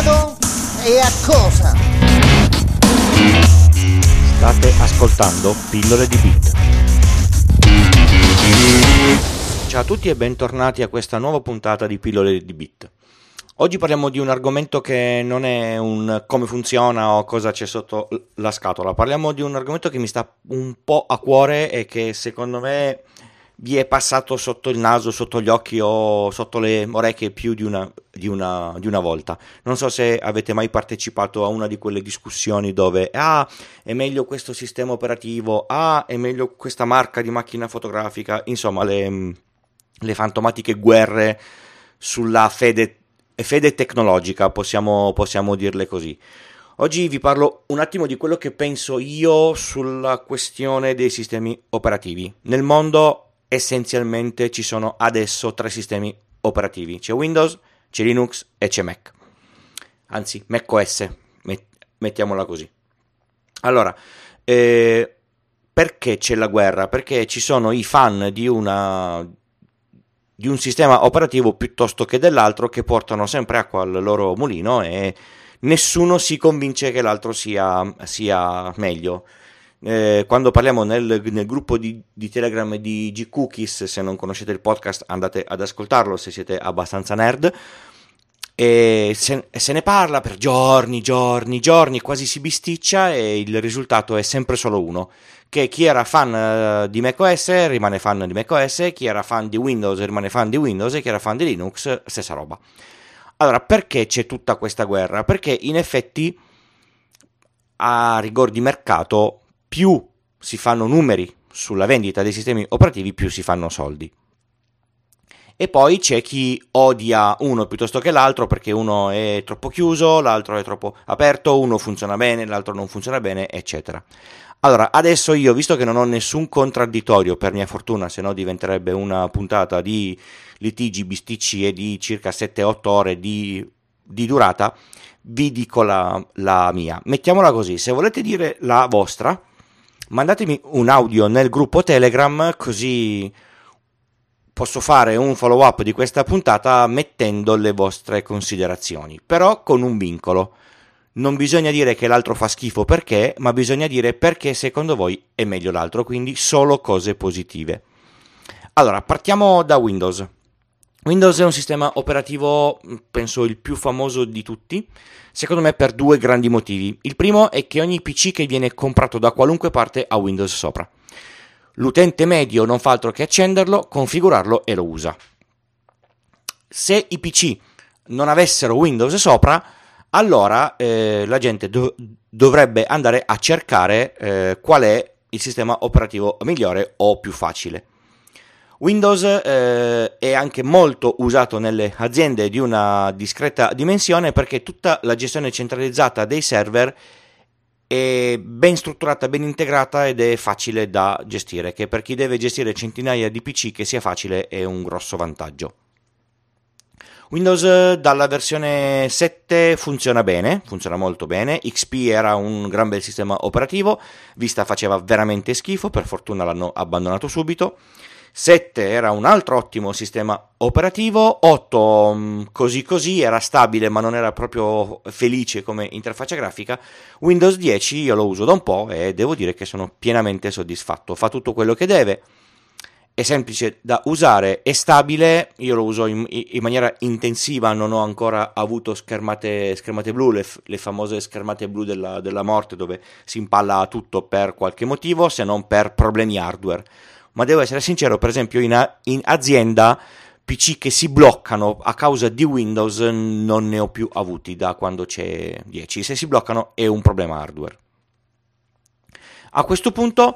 modo e a cosa? State ascoltando Pillole di Bit. Ciao a tutti e bentornati a questa nuova puntata di Pillole di Bit. Oggi parliamo di un argomento che non è un come funziona o cosa c'è sotto la scatola. Parliamo di un argomento che mi sta un po' a cuore e che secondo me vi è passato sotto il naso, sotto gli occhi o sotto le orecchie più di una volta. Non so se avete mai partecipato a una di quelle discussioni dove è meglio questo sistema operativo, è meglio questa marca di macchina fotografica, insomma le fantomatiche guerre sulla fede tecnologica, possiamo dirle così. Oggi vi parlo un attimo di quello che penso io sulla questione dei sistemi operativi. Nel mondo essenzialmente ci sono adesso 3 sistemi operativi: c'è Windows, c'è Linux e c'è Mac, anzi Mac OS, mettiamola così. Allora, perché c'è la guerra? Perché ci sono i fan di un sistema operativo piuttosto che dell'altro, che portano sempre acqua al loro mulino e nessuno si convince che l'altro sia meglio. Quando parliamo nel gruppo di Telegram di G-Cookies, se non conoscete il podcast andate ad ascoltarlo se siete abbastanza nerd, e se ne parla per giorni, quasi si bisticcia e il risultato è sempre solo uno: che chi era fan di macOS rimane fan di macOS, chi era fan di Windows rimane fan di Windows e chi era fan di Linux stessa roba. Allora, perché c'è tutta questa guerra? Perché in effetti, a rigor di mercato, più si fanno numeri sulla vendita dei sistemi operativi, più si fanno soldi. E poi c'è chi odia uno piuttosto che l'altro perché uno è troppo chiuso, l'altro è troppo aperto, uno funziona bene, l'altro non funziona bene, eccetera. Allora, adesso io, visto che non ho nessun contraddittorio, per mia fortuna, se no diventerebbe una puntata di litigi, bisticci e di circa 7-8 ore di durata, vi dico la mia. Mettiamola così: se volete dire la vostra, mandatemi un audio nel gruppo Telegram, così posso fare un follow up di questa puntata mettendo le vostre considerazioni, però con un vincolo. Non bisogna dire che l'altro fa schifo perché, ma bisogna dire perché secondo voi è meglio l'altro, quindi solo cose positive. Allora, partiamo da Windows. Windows è un sistema operativo, penso il più famoso di tutti, secondo me per 2 grandi motivi. Il primo è che ogni PC che viene comprato da qualunque parte ha Windows sopra. L'utente medio non fa altro che accenderlo, configurarlo e lo usa. Se i PC non avessero Windows sopra, allora la gente dovrebbe andare a cercare qual è il sistema operativo migliore o più facile. Windows è anche molto usato nelle aziende di una discreta dimensione perché tutta la gestione centralizzata dei server è ben strutturata, ben integrata ed è facile da gestire, che per chi deve gestire centinaia di PC che sia facile è un grosso vantaggio. Windows dalla versione 7 funziona bene, funziona molto bene. XP era un gran bel sistema operativo, Vista faceva veramente schifo, per fortuna l'hanno abbandonato subito. 7 era un altro ottimo sistema operativo, 8 così era stabile ma non era proprio felice come interfaccia grafica. Windows 10 io lo uso da un po' e devo dire che sono pienamente soddisfatto, fa tutto quello che deve, è semplice da usare, è stabile, io lo uso in maniera intensiva, non ho ancora avuto schermate blu, le famose schermate blu della morte dove si impalla tutto per qualche motivo, se non per problemi hardware. Ma devo essere sincero, per esempio in azienda PC che si bloccano a causa di Windows non ne ho più avuti da quando c'è 10. Se si bloccano è un problema hardware. A questo punto,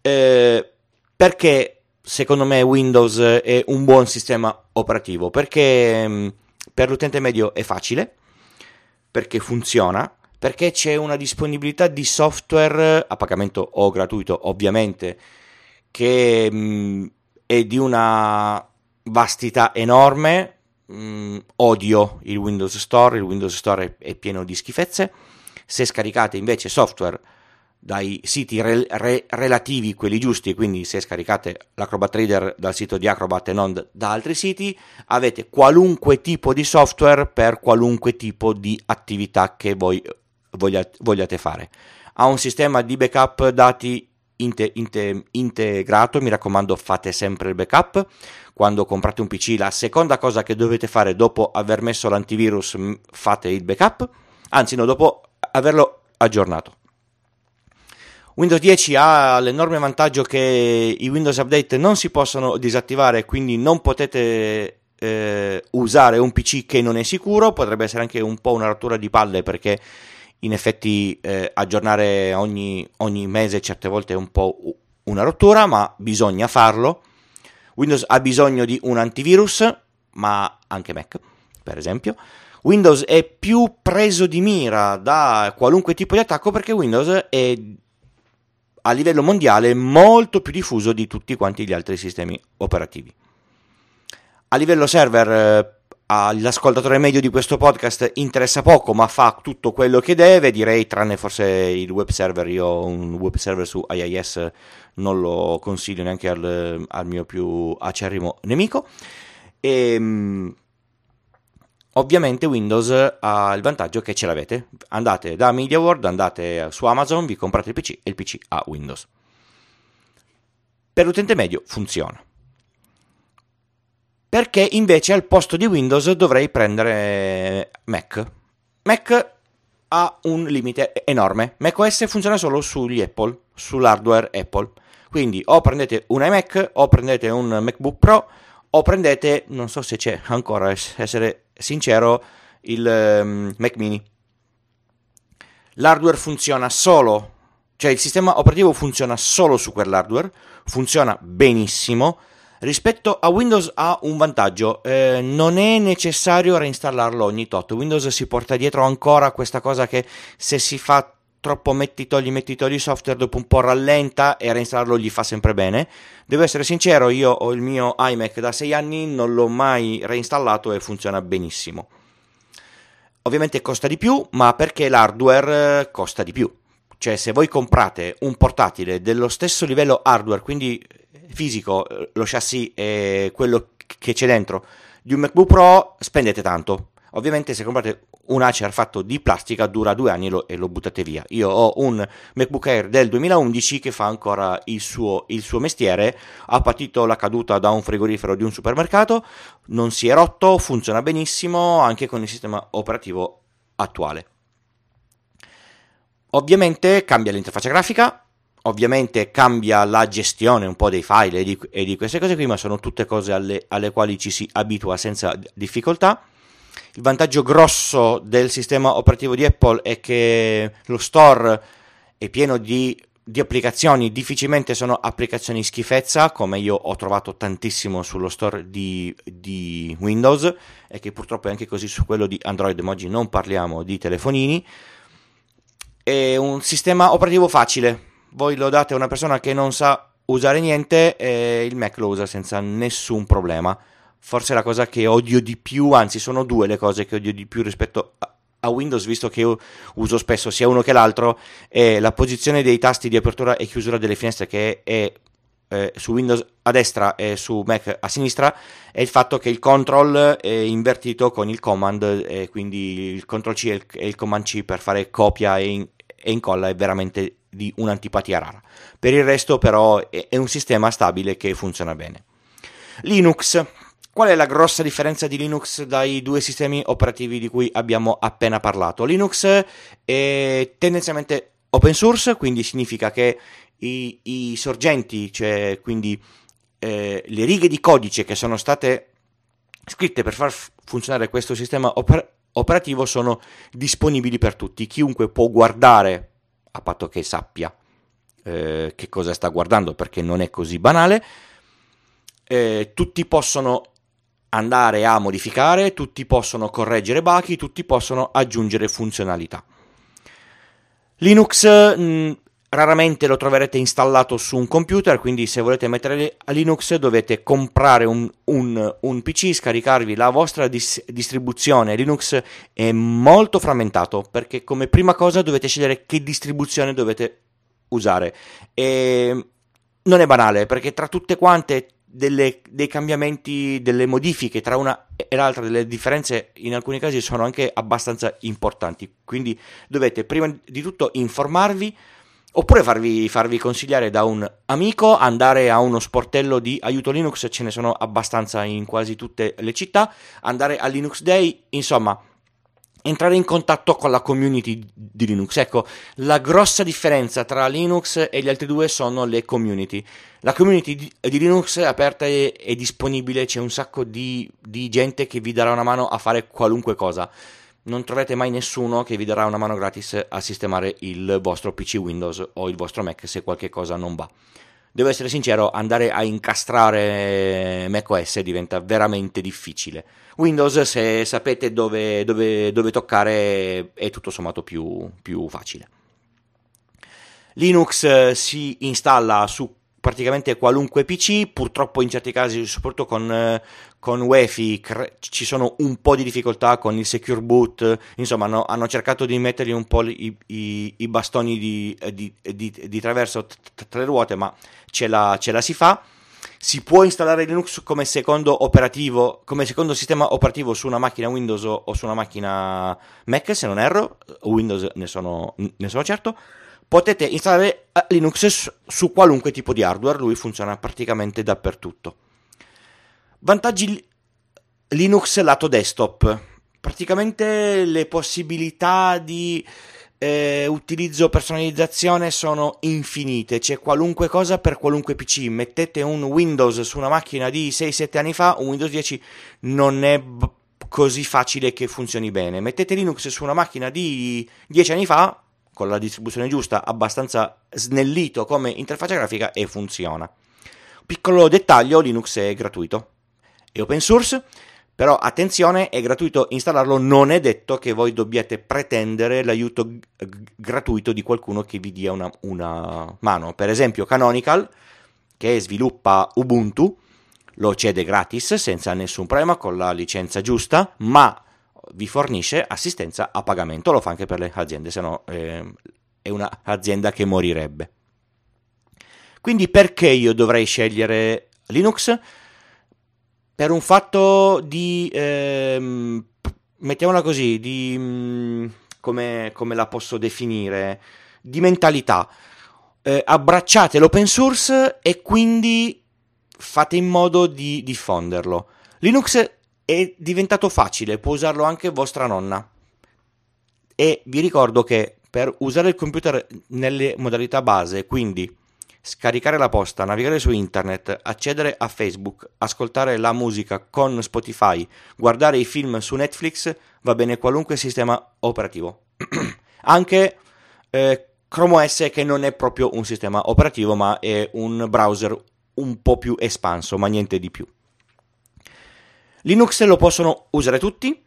perché secondo me Windows è un buon sistema operativo? Perché per l'utente medio è facile, perché funziona, perché c'è una disponibilità di software a pagamento o gratuito ovviamente, che è di una vastità enorme. Odio il Windows Store è pieno di schifezze. Se scaricate invece software dai siti relativi, quelli giusti, quindi se scaricate l'Acrobat Reader dal sito di Acrobat e non da altri siti, avete qualunque tipo di software per qualunque tipo di attività che voi vogliate fare. Ha un sistema di backup dati integrato, mi raccomando fate sempre il backup. Quando comprate un PC, la seconda cosa che dovete fare dopo aver messo l'antivirus, fate il backup, anzi no, dopo averlo aggiornato. Windows 10 ha l'enorme vantaggio che i Windows Update non si possono disattivare, quindi non potete usare un PC che non è sicuro. Potrebbe essere anche un po' una rottura di palle, perché in effetti aggiornare ogni mese certe volte è un po' una rottura, ma bisogna farlo. Windows ha bisogno di un antivirus, ma anche Mac, per esempio. Windows è più preso di mira da qualunque tipo di attacco, perché Windows è a livello mondiale molto più diffuso di tutti quanti gli altri sistemi operativi. A livello server, all'ascoltatore medio di questo podcast interessa poco, ma fa tutto quello che deve, direi, tranne forse il web server. Io un web server su IIS non lo consiglio neanche al mio più acerrimo nemico. Ovviamente Windows ha il vantaggio che ce l'avete. Andate da MediaWorld, andate su Amazon, vi comprate il PC e il PC ha Windows. Per l'utente medio funziona. Perché invece al posto di Windows dovrei prendere Mac? Mac ha un limite enorme. macOS funziona solo sugli Apple, sull'hardware Apple. Quindi o prendete un iMac, o prendete un MacBook Pro, o prendete, non so se c'è ancora, essere sincero, il Mac Mini. L'hardware funziona solo, cioè il sistema operativo funziona solo su quell'hardware, funziona benissimo. Rispetto a Windows ha un vantaggio, non è necessario reinstallarlo ogni tot. Windows si porta dietro ancora questa cosa che se si fa troppo metti togli software, dopo un po' rallenta, e reinstallarlo gli fa sempre bene. Devo essere sincero, io ho il mio iMac da 6 anni, non l'ho mai reinstallato e funziona benissimo. Ovviamente costa di più, ma perché l'hardware costa di più. Cioè, se voi comprate un portatile dello stesso livello hardware, quindi fisico, lo chassis e quello che c'è dentro, di un MacBook Pro, spendete tanto. Ovviamente se comprate un Acer fatto di plastica dura 2 anni e lo buttate via. Io ho un MacBook Air del 2011 che fa ancora il suo mestiere, ha patito la caduta da un frigorifero di un supermercato, non si è rotto, funziona benissimo anche con il sistema operativo attuale. Ovviamente cambia l'interfaccia grafica, ovviamente cambia la gestione un po' dei file e di queste cose qui, ma sono tutte cose alle quali ci si abitua senza difficoltà. Il vantaggio grosso del sistema operativo di Apple è che lo store è pieno di applicazioni, difficilmente sono applicazioni schifezza, come io ho trovato tantissimo sullo store di Windows, e che purtroppo è anche così su quello di Android, ma oggi non parliamo di telefonini. È un sistema operativo facile, voi lo date a una persona che non sa usare niente e il Mac lo usa senza nessun problema. Forse la cosa che odio di più, anzi sono due le cose che odio di più rispetto a Windows, visto che io uso spesso sia uno che l'altro, è la posizione dei tasti di apertura e chiusura delle finestre, che è su Windows a destra e su Mac a sinistra, e il fatto che il control è invertito con il command, e quindi il control C e il command C per fare copia e incolla è veramente di un'antipatia rara. Per il resto però è un sistema stabile che funziona bene. Linux. Qual è la grossa differenza di Linux dai due sistemi operativi di cui abbiamo appena parlato? Linux è tendenzialmente open source, quindi significa che i sorgenti, cioè quindi le righe di codice che sono state scritte per far funzionare questo sistema operativo sono disponibili per tutti. Chiunque può guardare, a patto che sappia che cosa sta guardando, perché non è così banale. Tutti possono andare a modificare, tutti possono correggere bug, tutti possono aggiungere funzionalità. Linux raramente lo troverete installato su un computer, quindi se volete mettere a Linux dovete comprare un PC, scaricarvi la vostra distribuzione. Linux è molto frammentato, perché come prima cosa dovete scegliere che distribuzione dovete usare. E non è banale, perché tra tutte quante dei cambiamenti, delle modifiche tra una e l'altra, delle differenze in alcuni casi sono anche abbastanza importanti, quindi dovete prima di tutto informarvi, oppure farvi consigliare da un amico, andare a uno sportello di aiuto Linux, ce ne sono abbastanza in quasi tutte le città, andare al Linux Day, insomma entrare in contatto con la community di Linux. Ecco, la grossa differenza tra Linux e gli altri due sono le community. La community di Linux è aperta e disponibile, c'è un sacco di gente che vi darà una mano a fare qualunque cosa. Non troverete mai nessuno che vi darà una mano gratis a sistemare il vostro PC Windows o il vostro Mac se qualche cosa non va. Devo essere sincero, andare a incastrare macOS diventa veramente difficile. Windows, se sapete dove toccare, è tutto sommato più facile. Linux si installa su praticamente qualunque PC, purtroppo in certi casi, soprattutto con UEFI, ci sono un po' di difficoltà con il Secure Boot, insomma hanno cercato di mettergli un po' i bastoni di traverso tra le ruote, ma ce la si fa. Si può installare Linux come secondo sistema operativo su una macchina Windows o su una macchina Mac, se non erro, Windows ne sono certo. Potete installare Linux su qualunque tipo di hardware, lui funziona praticamente dappertutto. Vantaggi Linux lato desktop. Praticamente le possibilità di utilizzo, personalizzazione sono infinite, c'è qualunque cosa per qualunque PC. Mettete un Windows su una macchina di 6-7 anni fa, un Windows 10 non è così facile che funzioni bene. Mettete Linux su una macchina di 10 anni fa, con la distribuzione giusta, abbastanza snellito come interfaccia grafica, e funziona. Piccolo dettaglio, Linux è gratuito, è open source, però attenzione, è gratuito installarlo, non è detto che voi dobbiate pretendere l'aiuto gratuito di qualcuno che vi dia una mano. Per esempio Canonical, che sviluppa Ubuntu, lo cede gratis senza nessun problema con la licenza giusta, ma vi fornisce assistenza a pagamento, lo fa anche per le aziende, se no è un'azienda che morirebbe. Quindi perché io dovrei scegliere Linux? Per un fatto di, mettiamola così, come la posso definire, di mentalità. Abbracciate l'open source e quindi fate in modo di diffonderlo. Linux è diventato facile, può usarlo anche vostra nonna. E vi ricordo che per usare il computer nelle modalità base, quindi scaricare la posta, navigare su internet, accedere a Facebook, ascoltare la musica con Spotify, guardare i film su Netflix, va bene qualunque sistema operativo. Anche Chrome OS, che non è proprio un sistema operativo, ma è un browser un po' più espanso, ma niente di più. Linux lo possono usare tutti.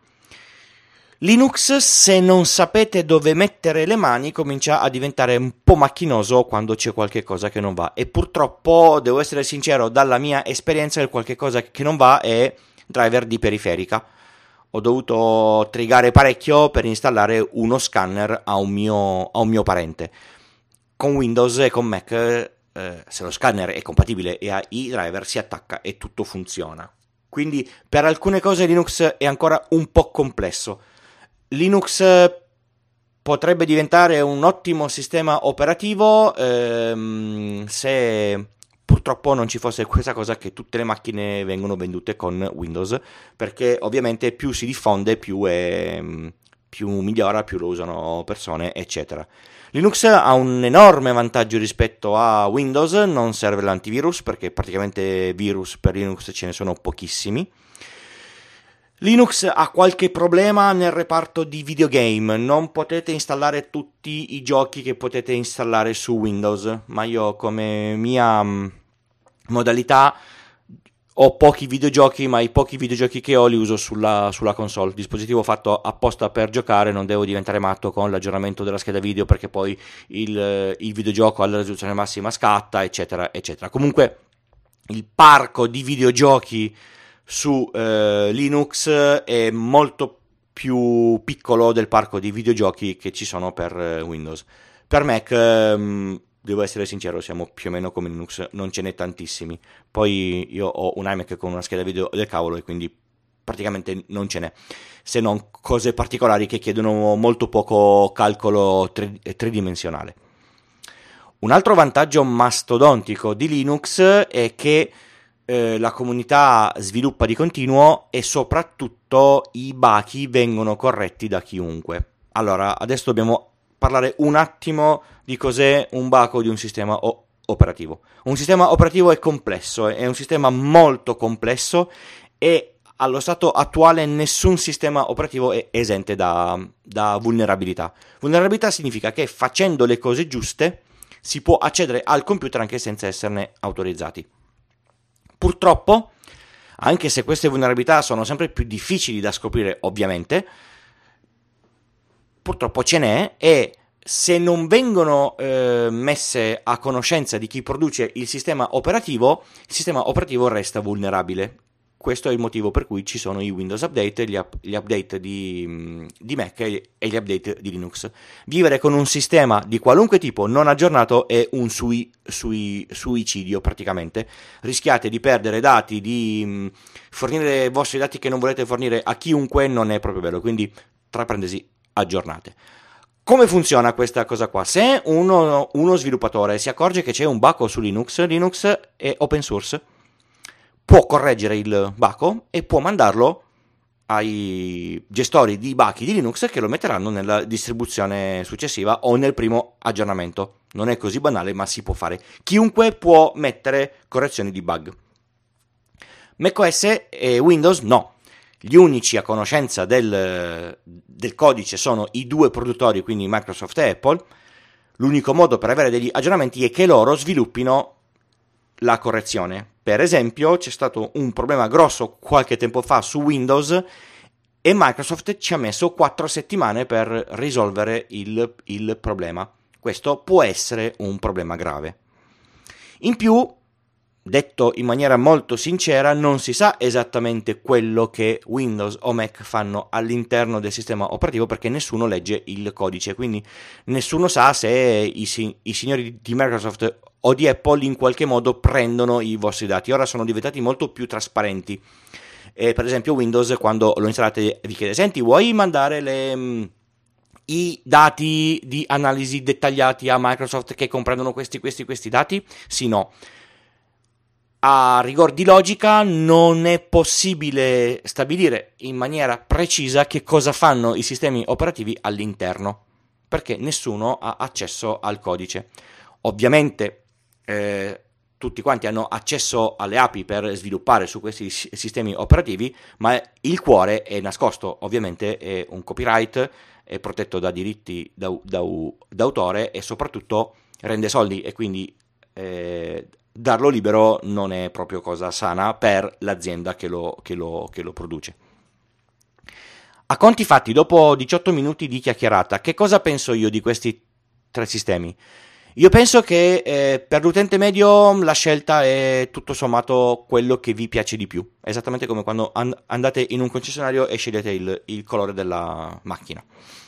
Linux, se non sapete dove mettere le mani, comincia a diventare un po' macchinoso quando c'è qualche cosa che non va. E purtroppo, devo essere sincero, dalla mia esperienza, il qualche cosa che non va è driver di periferica. Ho dovuto trigare parecchio per installare uno scanner a un mio parente. Con Windows e con Mac, se lo scanner è compatibile e ha i driver, si attacca e tutto funziona. Quindi per alcune cose Linux è ancora un po' complesso. Linux potrebbe diventare un ottimo sistema operativo se purtroppo non ci fosse questa cosa che tutte le macchine vengono vendute con Windows, perché ovviamente più si diffonde, più migliora, più lo usano persone, eccetera. Linux ha un enorme vantaggio rispetto a Windows, non serve l'antivirus perché praticamente virus per Linux ce ne sono pochissimi. Linux ha qualche problema nel reparto di videogame, non potete installare tutti i giochi che potete installare su Windows, ma io come mia modalità ho pochi videogiochi, ma i pochi videogiochi che ho li uso sulla console, dispositivo fatto apposta per giocare, non devo diventare matto con l'aggiornamento della scheda video perché poi il videogioco alla risoluzione massima scatta, eccetera, eccetera. Comunque il parco di videogiochi su Linux è molto più piccolo del parco di videogiochi che ci sono per Windows. Per Mac devo essere sincero, siamo più o meno come Linux, non ce n'è tantissimi. Poi io ho un iMac con una scheda video del cavolo e quindi praticamente non ce n'è, se non cose particolari che chiedono molto poco calcolo tridimensionale. Un altro vantaggio mastodontico di Linux è che la comunità sviluppa di continuo e soprattutto i bachi vengono corretti da chiunque. Allora, adesso dobbiamo parlare un attimo di cos'è un baco di un sistema operativo. Un sistema operativo è complesso, è un sistema molto complesso e allo stato attuale nessun sistema operativo è esente da vulnerabilità. Vulnerabilità significa che facendo le cose giuste si può accedere al computer anche senza esserne autorizzati. Purtroppo, anche se queste vulnerabilità sono sempre più difficili da scoprire, ovviamente, purtroppo ce n'è, e se non vengono messe a conoscenza di chi produce il sistema operativo resta vulnerabile. Questo è il motivo per cui ci sono i Windows Update, gli update di Mac e gli update di Linux. Vivere con un sistema di qualunque tipo non aggiornato è un suicidio praticamente. Rischiate di perdere dati, di fornire i vostri dati che non volete fornire a chiunque, non è proprio bello, quindi tra parentesi aggiornate. Come funziona questa cosa qua? Se uno sviluppatore si accorge che c'è un baco su Linux è open source, può correggere il baco e può mandarlo ai gestori di bachi di Linux che lo metteranno nella distribuzione successiva o nel primo aggiornamento. Non è così banale, ma si può fare. Chiunque può mettere correzioni di bug. macOS e Windows no. Gli unici a conoscenza del codice sono i due produttori, quindi Microsoft e Apple. L'unico modo per avere degli aggiornamenti è che loro sviluppino la correzione. Per esempio, c'è stato un problema grosso qualche tempo fa su Windows e Microsoft ci ha messo 4 settimane per risolvere il problema. Questo può essere un problema grave. In più, detto in maniera molto sincera, non si sa esattamente quello che Windows o Mac fanno all'interno del sistema operativo perché nessuno legge il codice, quindi nessuno sa se i signori di Microsoft o di Apple in qualche modo prendono i vostri dati. Ora sono diventati molto più trasparenti. Per esempio Windows, quando lo installate, vi chiede: senti, vuoi mandare i dati di analisi dettagliati a Microsoft che comprendono questi dati? Sì, no. A rigor di logica non è possibile stabilire in maniera precisa che cosa fanno i sistemi operativi all'interno, perché nessuno ha accesso al codice. Ovviamente tutti quanti hanno accesso alle API per sviluppare su questi sistemi operativi, ma il cuore è nascosto. Ovviamente è un copyright, è protetto da diritti d'autore e soprattutto rende soldi, e quindi darlo libero non è proprio cosa sana per l'azienda che lo produce. A conti fatti, dopo 18 minuti di chiacchierata, che cosa penso io di questi 3 sistemi? Io penso che per l'utente medio la scelta è tutto sommato quello che vi piace di più, esattamente come quando andate in un concessionario e scegliete il colore della macchina.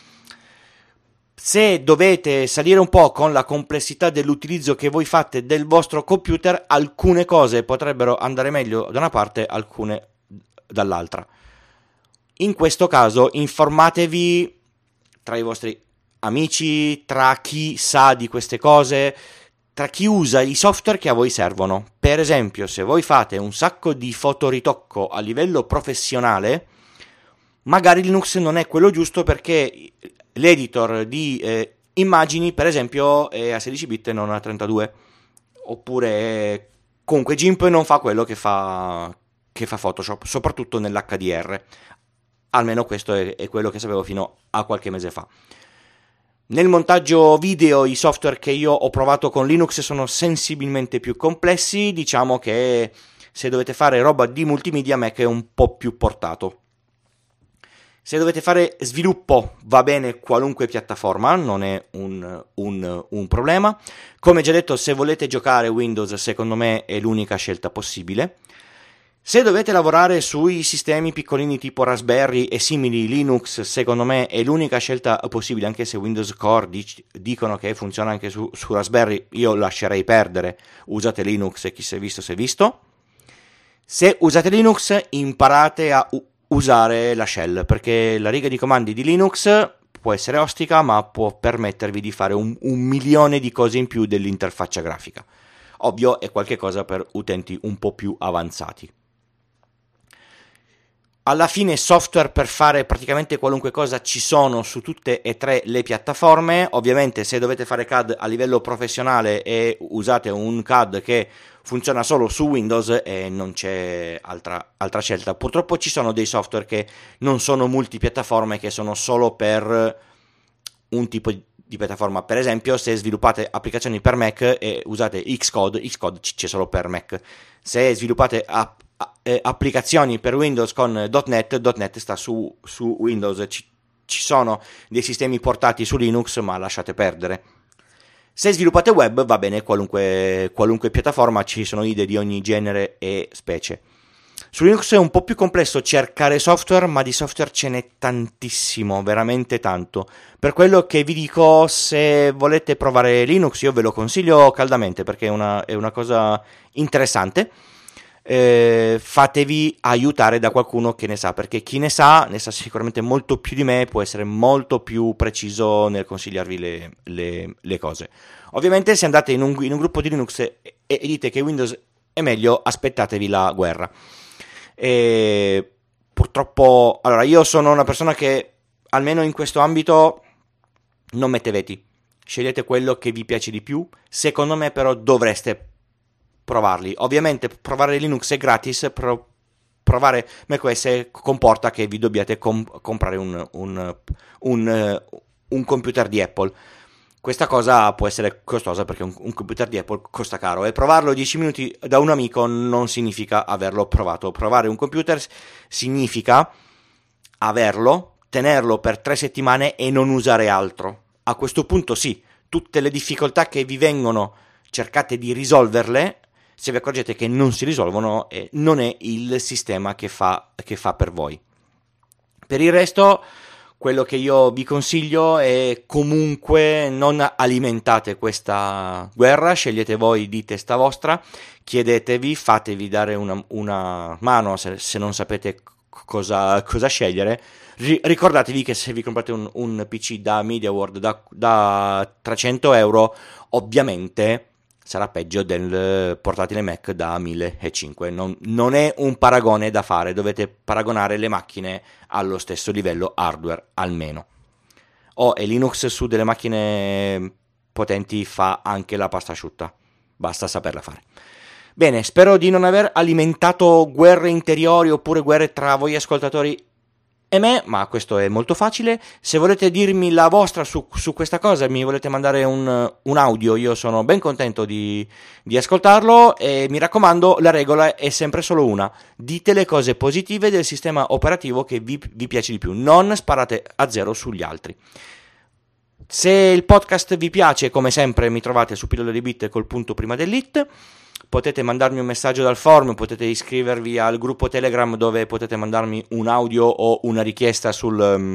Se dovete salire un po' con la complessità dell'utilizzo che voi fate del vostro computer, alcune cose potrebbero andare meglio da una parte, alcune dall'altra. In questo caso informatevi tra i vostri amici, tra chi sa di queste cose, tra chi usa i software che a voi servono. Per esempio, se voi fate un sacco di fotoritocco a livello professionale, magari Linux non è quello giusto perché l'editor di immagini, per esempio, è a 16 bit e non a 32. Oppure comunque GIMP non fa quello che fa Photoshop, soprattutto nell'HDR. Almeno questo è quello che sapevo fino a qualche mese fa. Nel montaggio video i software che io ho provato con Linux sono sensibilmente più complessi, diciamo che se dovete fare roba di multimedia Mac è un po' più portato. Se dovete fare sviluppo va bene qualunque piattaforma, non è un problema. Come già detto, se volete giocare Windows secondo me è l'unica scelta possibile. Se dovete lavorare sui sistemi piccolini tipo Raspberry e simili, Linux secondo me è l'unica scelta possibile, anche se Windows Core dicono che funziona anche su Raspberry, io lascerei perdere, usate Linux e chi si è visto si è visto. Se usate Linux imparate a usare la shell, perché la riga di comandi di Linux può essere ostica, ma può permettervi di fare un milione di cose in più dell'interfaccia grafica. Ovvio è qualche cosa per utenti un po' più avanzati. Alla fine software per fare praticamente qualunque cosa ci sono su tutte e tre le piattaforme. Ovviamente se dovete fare CAD a livello professionale e usate un CAD che funziona solo su Windows e non c'è altra scelta. Purtroppo ci sono dei software che non sono multipiattaforme, che sono solo per un tipo di piattaforma. Per esempio, se sviluppate applicazioni per Mac e usate Xcode c'è solo per Mac. Se sviluppate applicazioni per Windows con .NET sta su Windows. Ci sono dei sistemi portati su Linux, ma lasciate perdere. Se sviluppate web va bene qualunque piattaforma, ci sono IDE di ogni genere e specie. Su Linux è un po' più complesso cercare software, ma di software ce n'è tantissimo, veramente tanto. Per quello che vi dico, se volete provare Linux, io ve lo consiglio caldamente, perché è una cosa interessante. Fatevi aiutare da qualcuno che ne sa, perché chi ne sa sicuramente molto più di me, può essere molto più preciso nel consigliarvi le cose. Ovviamente se andate in un gruppo di Linux e dite che Windows è meglio, aspettatevi la guerra. E purtroppo, allora, io sono una persona che almeno in questo ambito non mette veti, scegliete quello che vi piace di più. Secondo me però dovreste provarli. Ovviamente provare Linux è gratis, provare macOS comporta che vi dobbiate comprare un computer di Apple. Questa cosa può essere costosa, perché un computer di Apple costa caro, e provarlo 10 minuti da un amico non significa averlo provato. Provare un computer significa averlo, tenerlo per 3 settimane e non usare altro. A questo punto sì, tutte le difficoltà che vi vengono cercate di risolverle. Se vi accorgete che non si risolvono, non è il sistema che fa per voi. Per il resto, quello che io vi consiglio è comunque non alimentate questa guerra, scegliete voi di testa vostra, chiedetevi, fatevi dare una mano se non sapete cosa scegliere. Ricordatevi che se vi comprate un PC da MediaWorld da 300 euro, ovviamente sarà peggio del portatile Mac da 1.500. Non è un paragone da fare, dovete paragonare le macchine allo stesso livello hardware almeno. E Linux su delle macchine potenti fa anche la pasta asciutta, basta saperla fare. Bene, spero di non aver alimentato guerre interiori oppure guerre tra voi ascoltatori e me, ma questo è molto facile. Se volete dirmi la vostra su questa cosa, mi volete mandare un audio, io sono ben contento di ascoltarlo. E mi raccomando, la regola è sempre solo una: dite le cose positive del sistema operativo che vi piace di più, non sparate a zero sugli altri. Se il podcast vi piace, come sempre mi trovate su Pillole di Bit col punto prima dell'it. Potete mandarmi un messaggio dal forum, potete iscrivervi al gruppo Telegram, dove potete mandarmi un audio o una richiesta su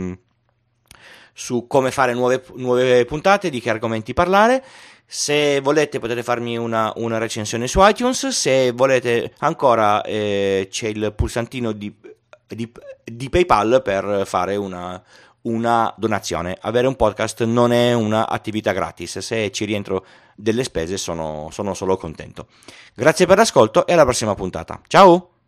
come fare nuove puntate, di che argomenti parlare. Se volete potete farmi una recensione su iTunes. Se volete ancora c'è il pulsantino di PayPal per fare una donazione. Avere un podcast non è una attività gratis, se ci rientro delle spese sono solo contento. Grazie per l'ascolto e alla prossima puntata. Ciao!